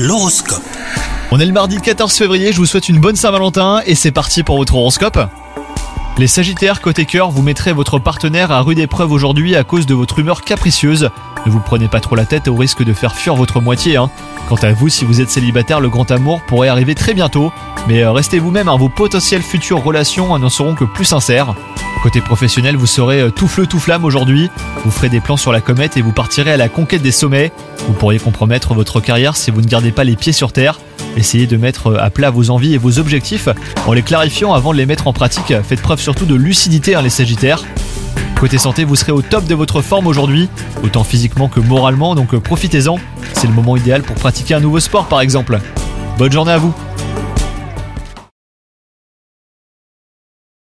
L'horoscope. On est le mardi 14 février, je vous souhaite une bonne Saint-Valentin et c'est parti pour votre horoscope. Les Sagittaires, côté cœur, vous mettrez votre partenaire à rude épreuve aujourd'hui à cause de votre humeur capricieuse. Ne vous prenez pas trop la tête au risque de faire fuir votre moitié. Quant à vous, si vous êtes célibataire, le grand amour pourrait arriver très bientôt. Mais restez vous-même, vos potentielles futures relations n'en seront que plus sincères. Côté professionnel, vous serez tout feu tout flamme aujourd'hui. Vous ferez des plans sur la comète et vous partirez à la conquête des sommets. Vous pourriez compromettre votre carrière si vous ne gardez pas les pieds sur terre. Essayez de mettre à plat vos envies et vos objectifs en les clarifiant avant de les mettre en pratique. Faites preuve surtout de lucidité, les Sagittaires. Côté santé, vous serez au top de votre forme aujourd'hui, autant physiquement que moralement, donc profitez-en. C'est le moment idéal pour pratiquer un nouveau sport par exemple. Bonne journée à vous.